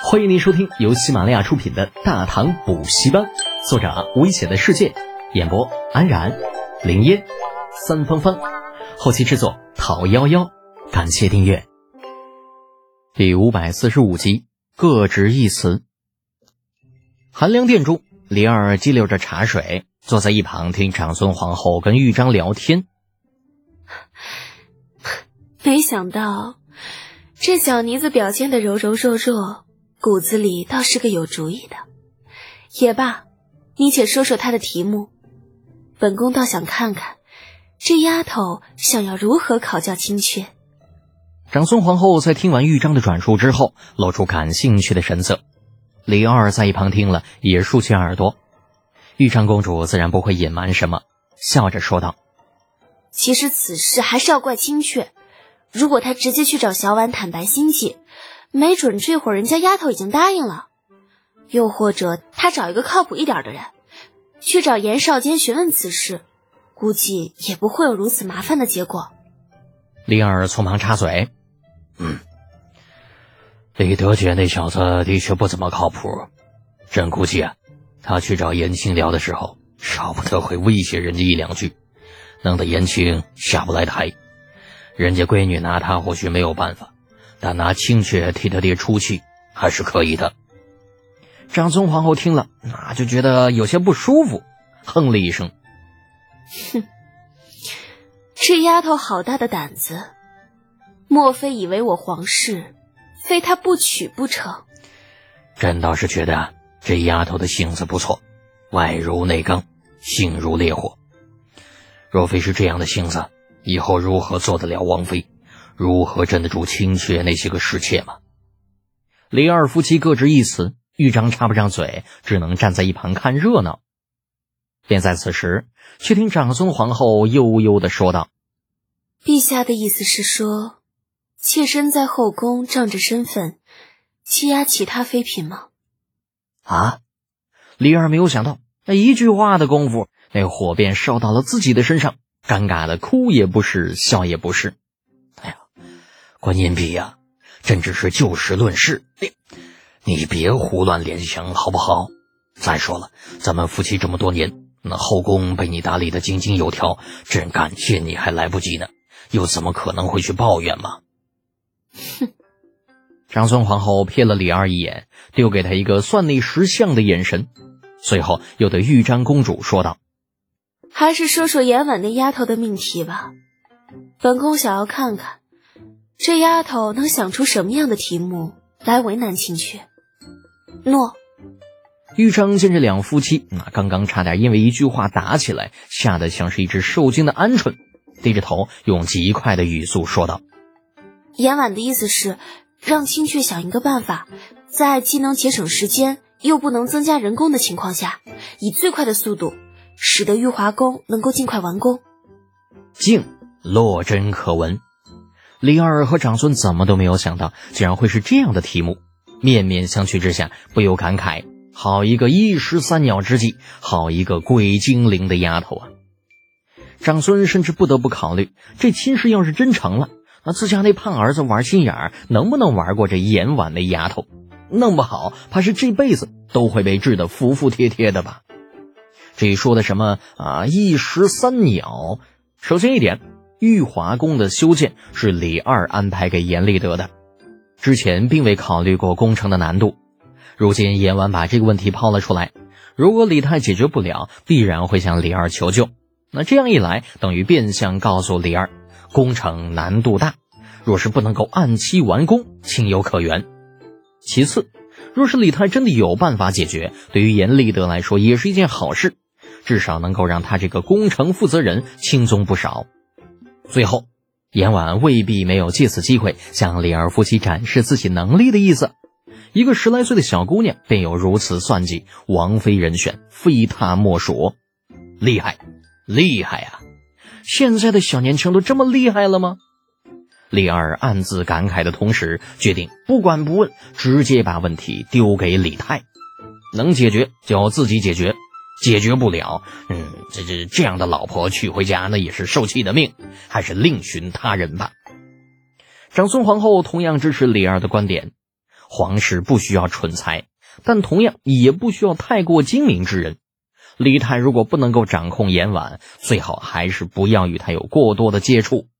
欢迎您收听由喜马拉雅出品的《大唐补习班》，作者危险的世界，演播安然、林烟、三芳芳，后期制作陶夭夭。感谢订阅。第545集，各执一词。寒凉殿中，李二激溜着茶水，坐在一旁听长孙皇后跟豫章聊天。 没想到这小妮子表现得柔柔弱弱，骨子里倒是个有主意的。也罢，你且说说她的题目，本宫倒想看看这丫头想要如何考教亲缺。 长孙皇后在听完豫章的转述之后，露出感兴趣的神色。李二在一旁听了，也竖起耳朵。豫章公主自然不会隐瞒什么，笑着说道： 其实此事还是要怪亲缺，如果她直接去找小婉坦白心迹，没准这会儿人家丫头已经答应了。又或者她找一个靠谱一点的人，去找严少监询问此事，估计也不会有如此麻烦的结果。 李二从旁插嘴：李德觉那小子的确不怎么靠谱，朕估计他去找严青聊的时候，少不得会威胁人家一两句，弄得严青下不来台。人家闺女拿他或许没有办法，但拿清缺替他爹出气还是可以的。长孙皇后听了，那就觉得有些不舒服，哼了一声： 哼，这丫头好大的胆子，莫非以为我皇室非她不娶不成？ 朕倒是觉得这丫头的性子不错，外柔内刚，性如烈火。若非是这样的性子，以后如何做得了王妃，如何镇得住亲缺那些个侍妾嘛？李二夫妻各执一词，豫章插不上嘴，只能站在一旁看热闹。便在此时，却听长孙皇后悠悠地说道： 陛下的意思是说，妾身在后宫仗着身份欺压其他妃嫔吗？ 啊！李二没有想到，那一句话的功夫，那火便烧到了自己的身上，尴尬的哭也不是，笑也不是。哎呀，观音婢呀，朕只是就事论事，你别胡乱联想好不好？再说了，咱们夫妻这么多年，那后宫被你打理得井井有条，朕感谢你还来不及呢，又怎么可能会去抱怨嘛？ 哼！ 长孙皇后瞥了李二一眼，丢给他一个算内识相的眼神，随后又对豫章公主说道： 还是说说严婉那丫头的命题吧，本宫想要看看这丫头能想出什么样的题目来为难亲缺。诺。 豫章见这两夫妻刚刚差点因为一句话打起来，吓得像是一只受惊的鹌鹑，低着头用极快的语速说道： 严婉的意思是让亲缺想一个办法，在既能节省时间又不能增加人工的情况下，以最快的速度使得玉华宫能够尽快完工。 静，落针可闻。李二和长孙怎么都没有想到竟然会是这样的题目，面面相觑之下不由感慨，好一个一石三鸟之计，好一个鬼精灵的丫头啊！长孙甚至不得不考虑，这亲事要是真成了，那自家那胖儿子玩心眼儿能不能玩过这严婉那丫头？弄不好怕是这辈子都会被治得服服帖帖的吧。这说的什么一石三鸟，首先一点，玉华宫的修建是李二安排给严立德的，之前并未考虑过工程的难度。如今严婉把这个问题抛了出来，如果李太解决不了，必然会向李二求救。那这样一来，等于变相告诉李二，工程难度大，若是不能够按期完工，情有可原。其次，若是李太真的有办法解决，对于严立德来说也是一件好事，至少能够让他这个工程负责人轻松不少。最后，严婉未必没有借此机会向李二夫妻展示自己能力的意思。一个10来岁的小姑娘便有如此算计，王妃人选非她莫属。厉害，厉害啊！现在的小年轻都这么厉害了吗？李二暗自感慨的同时，决定不管不问，直接把问题丢给李太。能解决就自己解决，解决不了，这样的老婆娶回家那也是受气的命，还是另寻他人吧。长孙皇后同样支持李二的观点， 皇室不需要蠢才，但同样也不需要太过精明之人。李泰如果不能够掌控严婉，最好还是不要与他有过多的接触。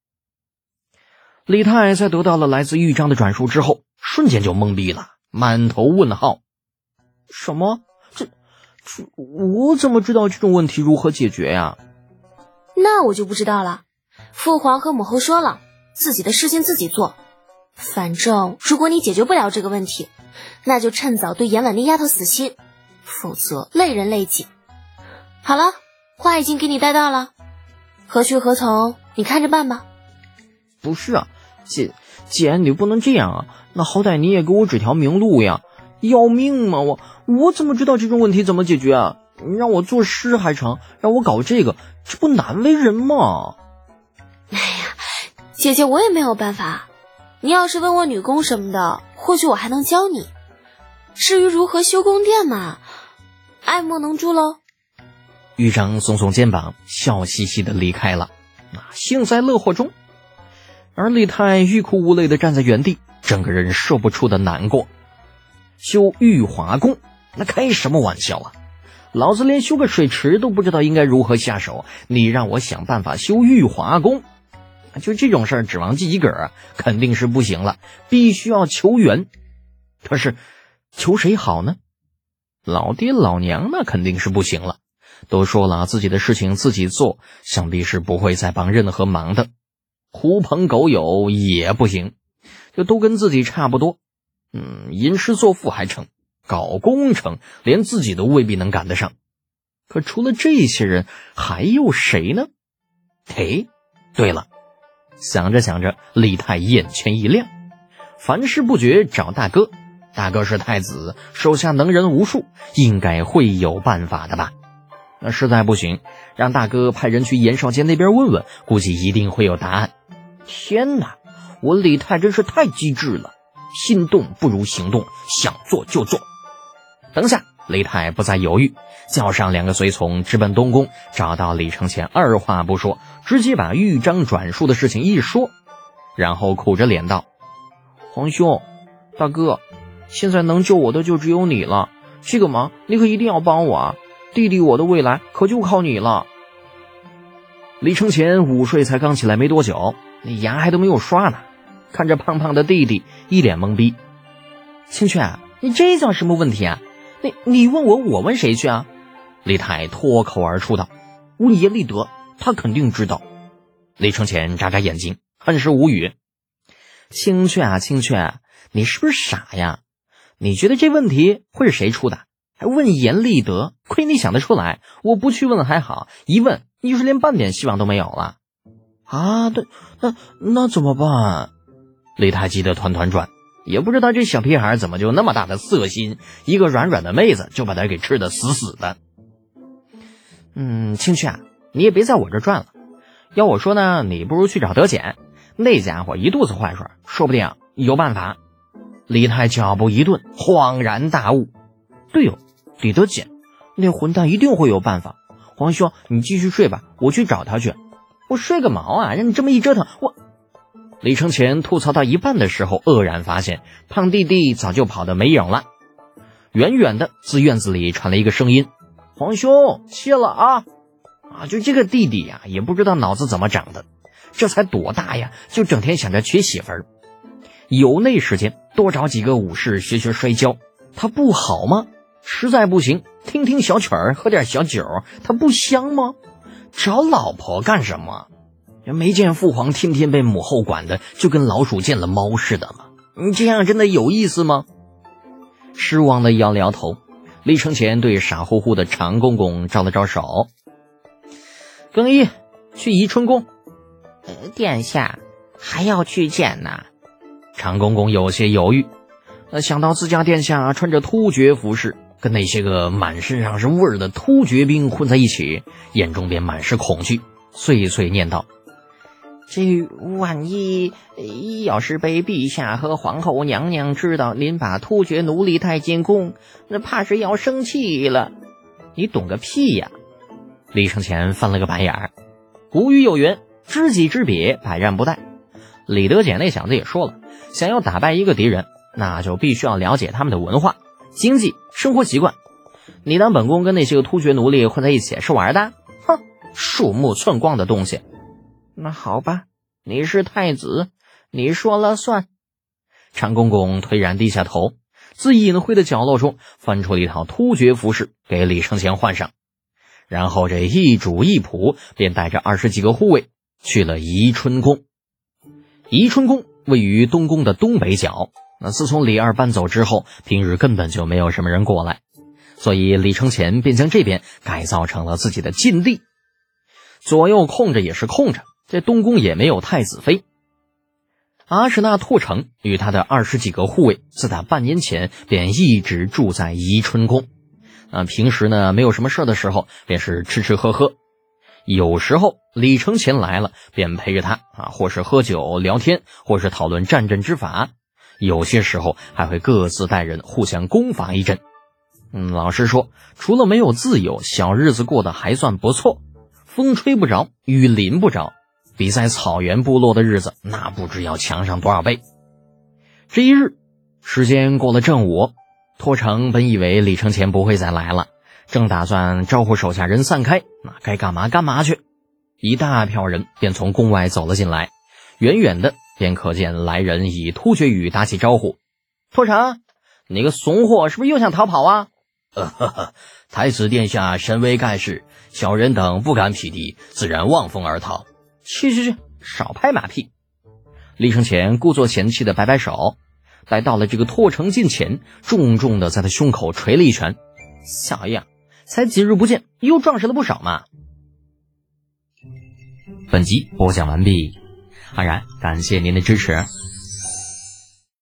李泰在得到了来自豫章的转述之后，瞬间就懵逼了，满头问号。什么？这我怎么知道这种问题如何解决呀？ 那我就不知道了。父皇和母后说了，自己的事情自己做。反正如果你解决不了这个问题，那就趁早对严婉那丫头死心，否则累人累己。好了，话已经给你带到了，何去何从你看着办吧。 不是啊，姐你不能这样啊，那好歹你也给我指条明路呀，要命吗？我怎么知道这种问题怎么解决啊？你让我作诗还成，让我搞这个不难为人吗？ 哎呀，姐姐我也没有办法，你要是问我女工什么的，或许我还能教你，至于如何修宫殿嘛，爱莫能助喽。 豫章耸耸肩膀，笑嘻嘻地离开了，幸灾乐祸中。而李泰欲哭无泪地站在原地，整个人说不出的难过。修御华宫，那开什么玩笑啊！老子连修个水池都不知道应该如何下手，你让我想办法修御华宫，就这种事儿指望自己个儿肯定是不行了，必须要求援。可是求谁好呢？老爹老娘那肯定是不行了，都说了自己的事情自己做，想必是不会再帮任何忙的。狐朋狗友也不行，就都跟自己差不多。吟诗作赋还成，搞工程连自己都未必能赶得上。可除了这些人，还有谁呢？对了，想着想着，李泰眼前一亮，凡事不决找大哥，大哥是太子，手下能人无数，应该会有办法的吧。那实在不行，让大哥派人去严少监那边问问，估计一定会有答案。天哪，我李泰真是太机智了，心动不如行动，想做就做。等下，李泰不再犹豫，叫上2个随从直奔东宫，找到李承乾，二话不说，直接把豫章转述的事情一说，然后苦着脸道：皇兄，大哥，现在能救我的就只有你了，这个忙你可一定要帮我啊，弟弟我的未来可就靠你了。李承乾午睡才刚起来没多久，那牙还都没有刷呢，看着胖胖的弟弟，一脸懵逼。清泉，你这叫什么问题啊？你问我问谁去啊？李泰脱口而出道：问严立德，他肯定知道。李承乾眨眨眼睛，很是无语。清泉，你是不是傻呀？你觉得这问题会是谁出的？还问严立德，亏你想得出来，我不去问还好，一问你就是连半点希望都没有了。啊，对，那怎么办？李泰急得团团转，也不知道这小屁孩怎么就那么大的色心，一个软软的妹子就把他给吃得死死的。清泉，你也别在我这转了，要我说呢，你不如去找德简，那家伙一肚子坏水，说不定有办法。李泰脚步一顿，恍然大悟，对哦，李德简那混蛋一定会有办法。皇兄，你继续睡吧，我去找他去。我睡个毛啊，让你这么一折腾，李承乾吐槽到一半的时候，愕然发现胖弟弟早就跑得没影了。远远的自院子里传来一个声音：皇兄，谢了啊！就这个弟弟呀，也不知道脑子怎么长的，这才多大呀，就整天想着娶媳妇儿。有那时间多找几个武士学学摔跤，他不好吗？实在不行，听听小曲儿，喝点小酒，他不香吗？找老婆干什么？没见父皇天天被母后管的就跟老鼠见了猫似的吗？你这样真的有意思吗？失望的摇了摇头，李承乾对傻乎乎的长公公招了招手：更衣，去宜春宫。殿下还要去见呐？长公公有些犹豫，想到自家殿下穿着突厥服饰，跟那些个满身上是味儿的突厥兵混在一起，眼中便满是恐惧，碎碎念道：这万一要是被陛下和皇后娘娘知道您把突厥奴隶带进宫，那怕是要生气了。你懂个屁呀！李承乾翻了个白眼儿。古语有云，知己知彼，百战不殆。李德简那小子也说了，想要打败一个敌人， 那就必须要了解他们的文化、经济、生活习惯。你当本宫跟那些个突厥奴隶混在一起是玩的？哼，鼠目寸光的东西。那好吧，你是太子，你说了算。长公公颓然低下头，自隐晦的角落中翻出了一套突厥服饰给李承乾换上，然后这一主一仆便带着20几个护卫去了宜春宫。宜春宫位于东宫的东北角，那自从李二搬走之后，平日根本就没有什么人过来，所以李承乾便将这边改造成了自己的禁地。左右空着也是空着，这东宫也没有太子妃。阿史那拓成与他的20几个护卫自打半年前便一直住在宜春宫。平时呢没有什么事的时候便是吃吃喝喝，有时候李承乾来了便陪着他或是喝酒聊天，或是讨论战阵之法，有些时候还会各自带人互相攻伐一阵。老实说，除了没有自由，小日子过得还算不错，风吹不着，雨淋不着，比在草原部落的日子那不知要强上多少倍。这一日，时间过了正午，拓成本以为李承乾不会再来了，正打算招呼手下人散开，那该干嘛干嘛去。一大票人便从宫外走了进来，远远的便可见来人以突厥语打起招呼：拓成，你个怂货是不是又想逃跑啊？ 太子殿下神威盖世，小人等不敢匹敌，自然望风而逃。 去，少拍马屁。李承乾故作嫌弃的摆摆手，待到了这个拓成近前，重重的在他胸口捶了一拳。小样，才几日不见，又壮实了不少嘛。本集播讲完毕，安然感谢您的支持。